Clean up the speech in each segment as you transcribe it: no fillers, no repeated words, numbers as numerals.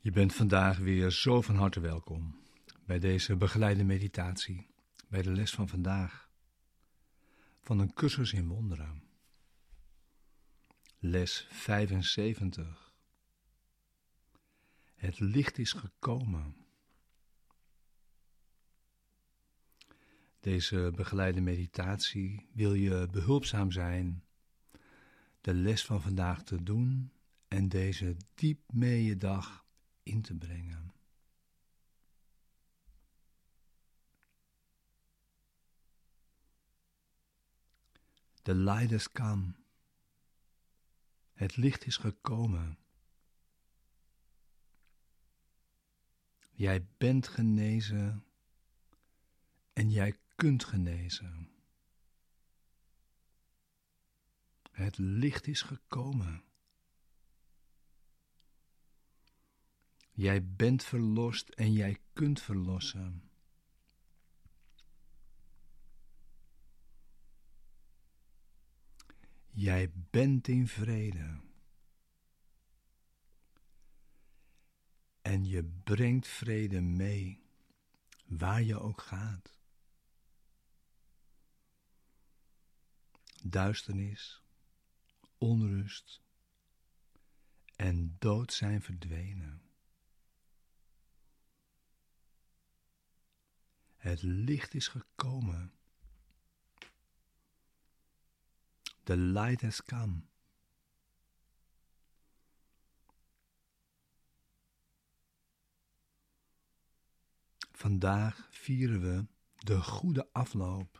Je bent vandaag weer zo van harte welkom bij deze begeleide meditatie, bij de les van vandaag, van een cursus in wonderen. Les 75. Het licht is gekomen. Deze begeleide meditatie wil je behulpzaam zijn de les van vandaag te doen en deze diep mee je dag in te brengen. The light has come. Het licht is gekomen. Jij bent genezen en jij kunt genezen. Het licht is gekomen. Jij bent verlost en jij kunt verlossen. Jij bent in vrede. En je brengt vrede mee, waar je ook gaat. Duisternis, onrust en dood zijn verdwenen. Het licht is gekomen. The light has come. Vandaag vieren we de goede afloop.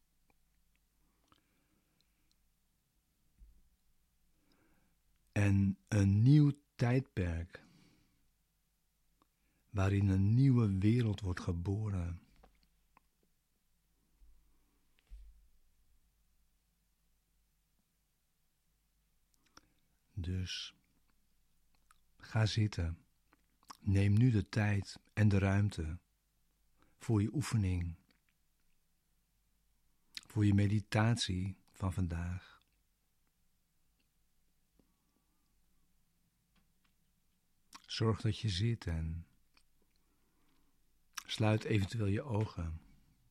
En een nieuw tijdperk, waarin een nieuwe wereld wordt geboren. Dus ga zitten. Neem nu de tijd en de ruimte voor je oefening, voor je meditatie van vandaag. Zorg dat je zit en sluit eventueel je ogen.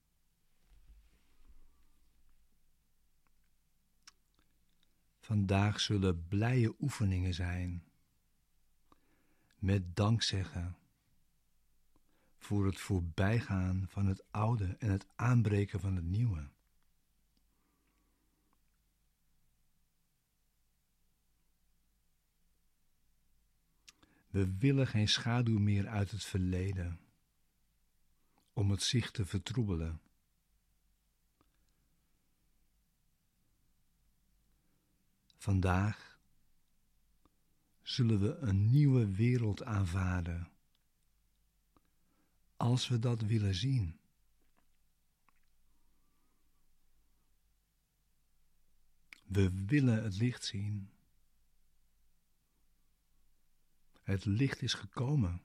Vandaag zullen blije oefeningen zijn, met dankzeggen voor het voorbijgaan van het oude en het aanbreken van het nieuwe. We willen geen schaduw meer uit het verleden, om het zicht te vertroebelen. Vandaag zullen we een nieuwe wereld aanvaarden, als we dat willen zien. We willen het licht zien. Het licht is gekomen.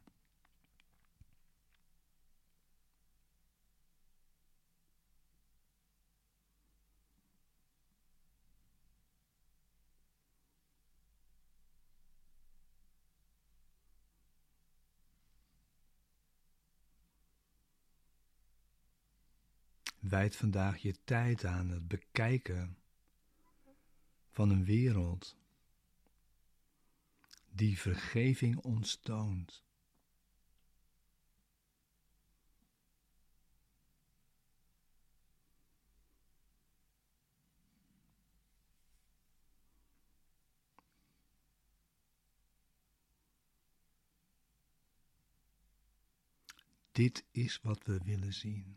Wijd vandaag je tijd aan het bekijken van een wereld die vergeving ons toont. Dit is wat we willen zien.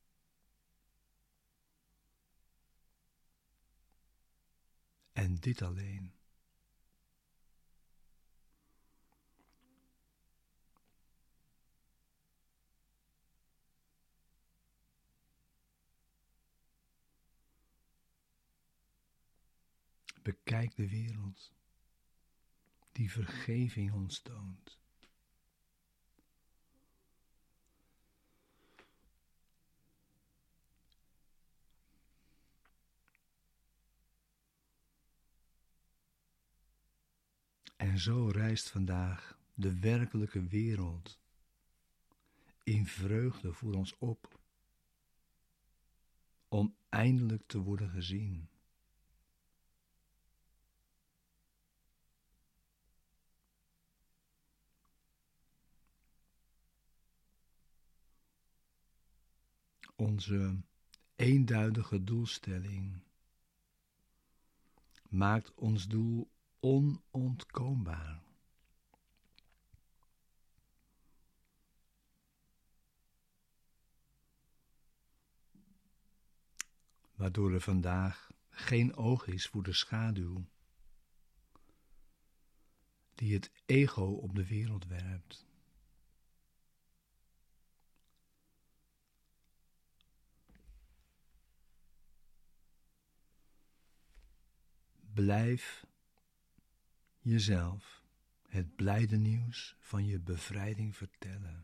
En dit alleen. Bekijk de wereld die vergeving ons toont. En zo reist vandaag de werkelijke wereld in vreugde voor ons op, om eindelijk te worden gezien. Onze eenduidige doelstelling maakt ons doel onontkoombaar. Waardoor er vandaag geen oog is voor de schaduw die het ego op de wereld werpt. Blijf jezelf het blijde nieuws van je bevrijding vertellen.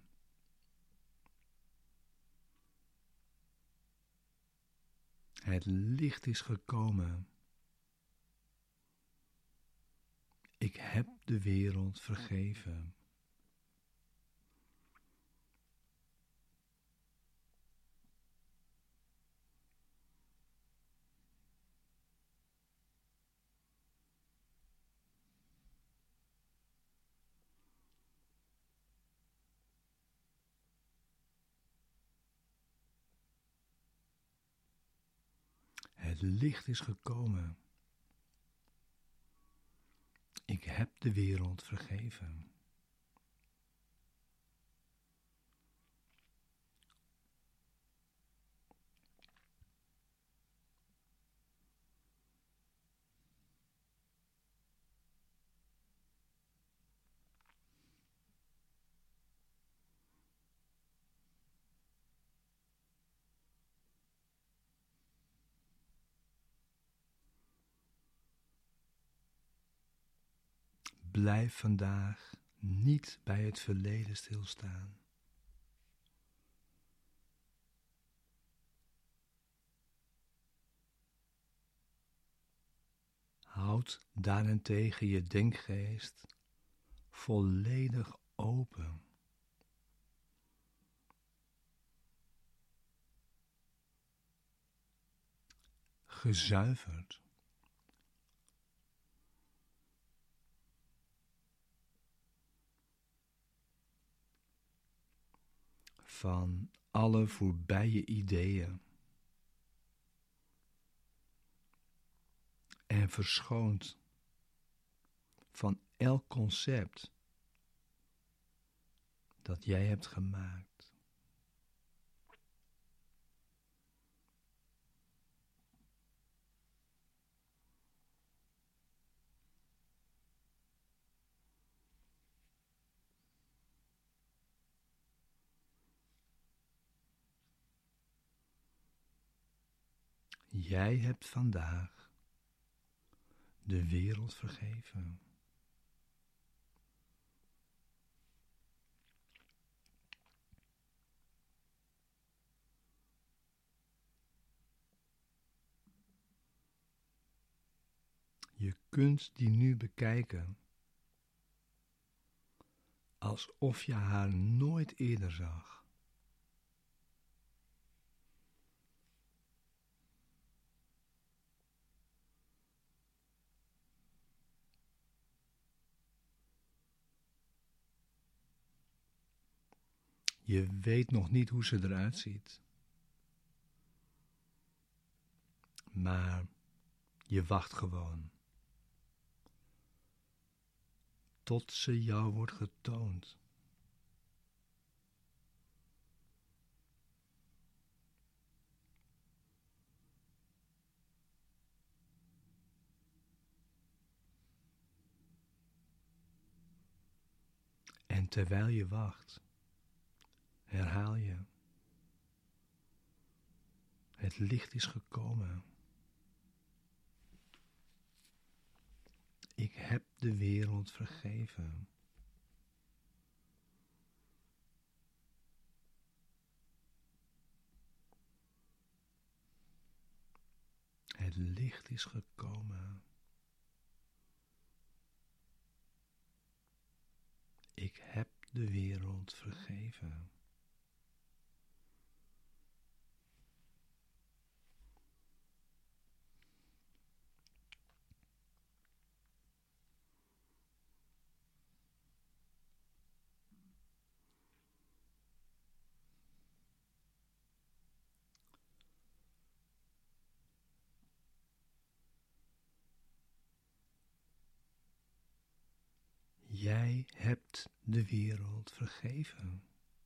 Het licht is gekomen. Ik heb de wereld vergeven. Het licht is gekomen. Ik heb de wereld vergeven. Blijf vandaag niet bij het verleden stilstaan. Houd daarentegen je denkgeest volledig open. Gezuiverd. Van alle voorbije ideeën. En verschoond van elk concept dat jij hebt gemaakt. Jij hebt vandaag de wereld vergeven. Je kunt die nu bekijken alsof je haar nooit eerder zag. Je weet nog niet hoe ze eruit ziet. Maar je wacht gewoon. Tot ze jou wordt getoond. En terwijl je wacht, herhaal je. Het licht is gekomen. Ik heb de wereld vergeven. Het licht is gekomen. Ik de wereld vergeven. Jij hebt de wereld vergeven.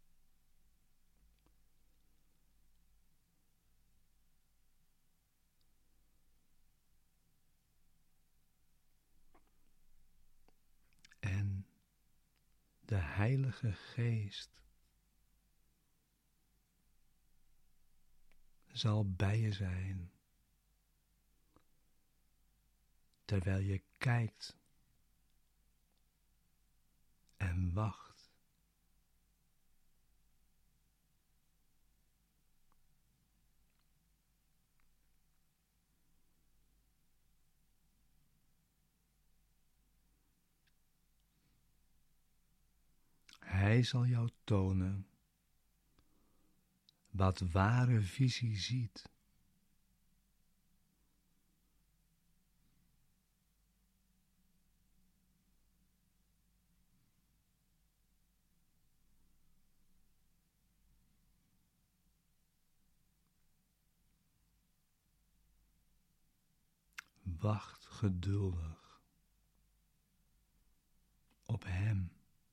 En de Heilige Geest zal bij je zijn, terwijl je kijkt en wacht. Hij zal jou tonen wat ware visie ziet. Wacht geduldig op hem.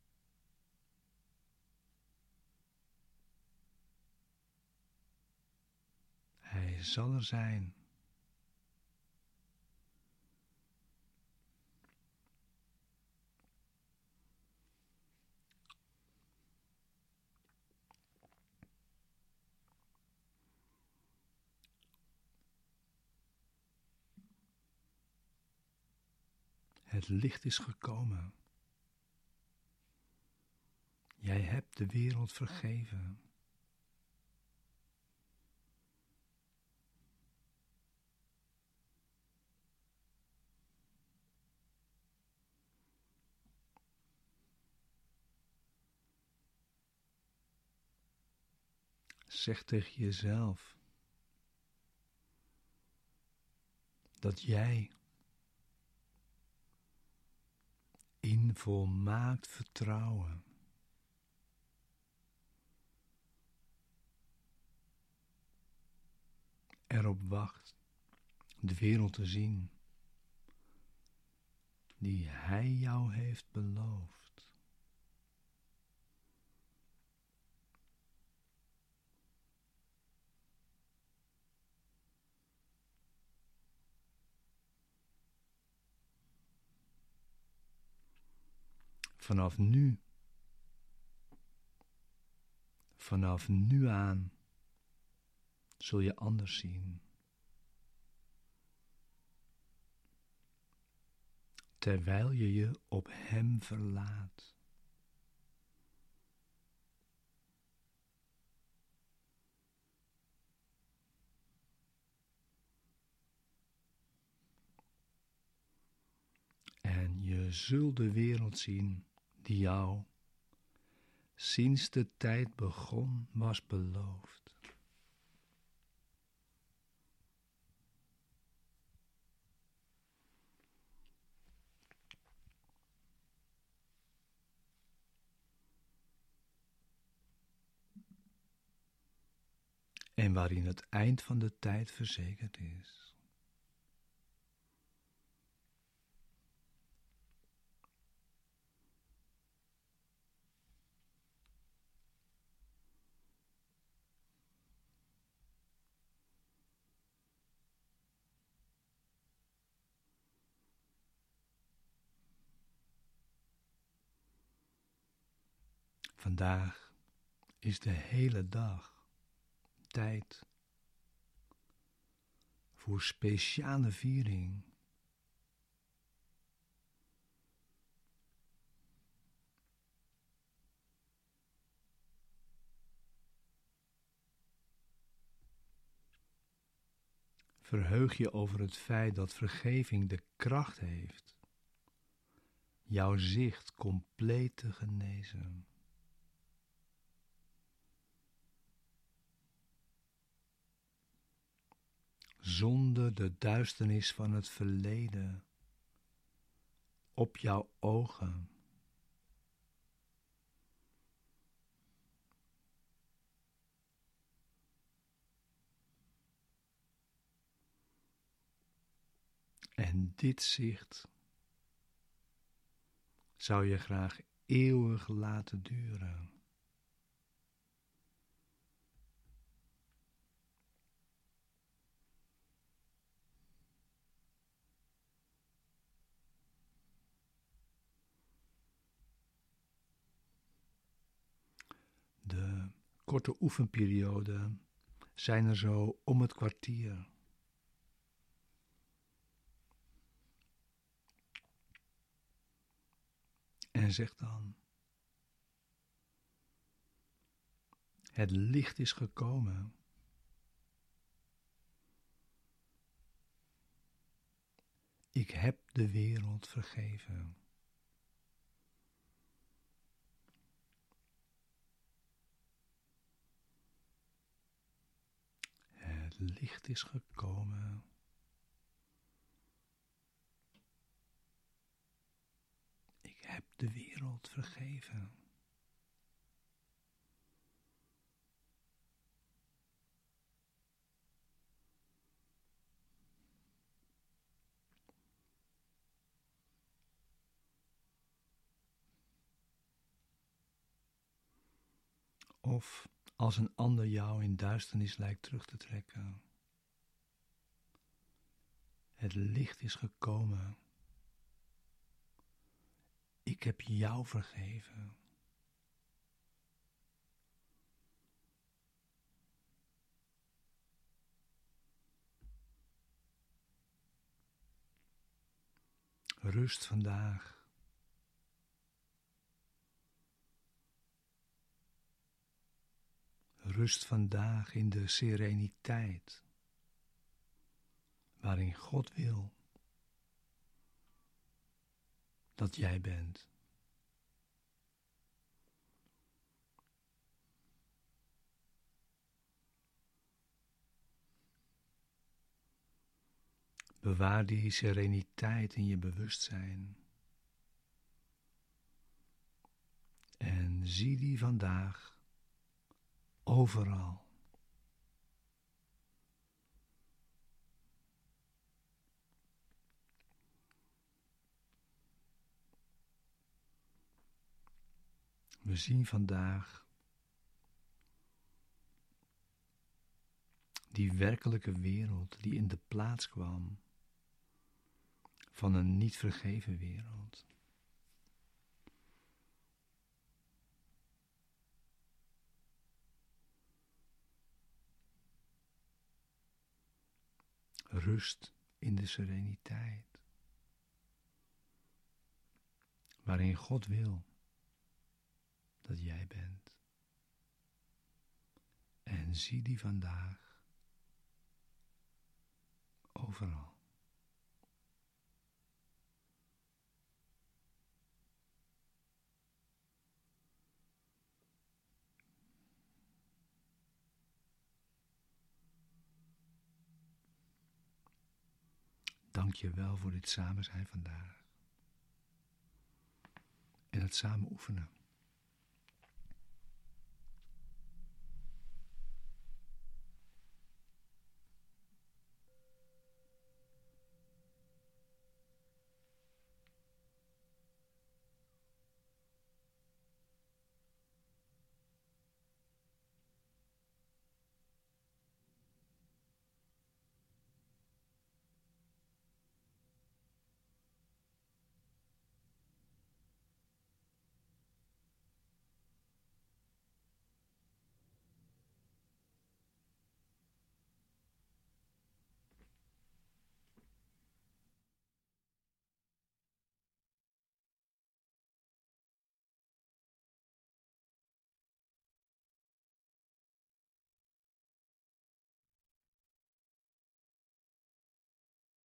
Hij zal er zijn. Het licht is gekomen. Jij hebt de wereld vergeven. Zeg tegen jezelf dat jij in volmaakt vertrouwen erop wacht de wereld te zien die Hij jou heeft beloofd. Vanaf nu aan zul je anders zien. Terwijl je je op Hem verlaat. En je zult de wereld zien die jou sinds de tijd begon was beloofd. En waarin het eind van de tijd verzekerd is. Vandaag is de hele dag tijd voor speciale viering. Verheug je over het feit dat vergeving de kracht heeft jouw zicht compleet te genezen. zonder de duisternis van het verleden op jouw ogen. En dit zicht zou je graag eeuwig laten duren. De korte oefenperioden zijn er zo om het kwartier. En zeg dan: het licht is gekomen. Ik heb de wereld vergeven. Het licht is gekomen. Ik heb de wereld vergeven. Of als een ander jou in duisternis lijkt terug te trekken. Het licht is gekomen. Ik heb jou vergeven. Rust vandaag. Rust vandaag in de sereniteit waarin God wil dat jij bent. Bewaar die sereniteit in je bewustzijn en zie die vandaag overal. We zien vandaag die werkelijke wereld die in de plaats kwam van een niet vergeven wereld. Rust in de sereniteit, waarin God wil dat jij bent. En zie die vandaag overal. Dank je wel voor dit samen zijn vandaag. En het samen oefenen.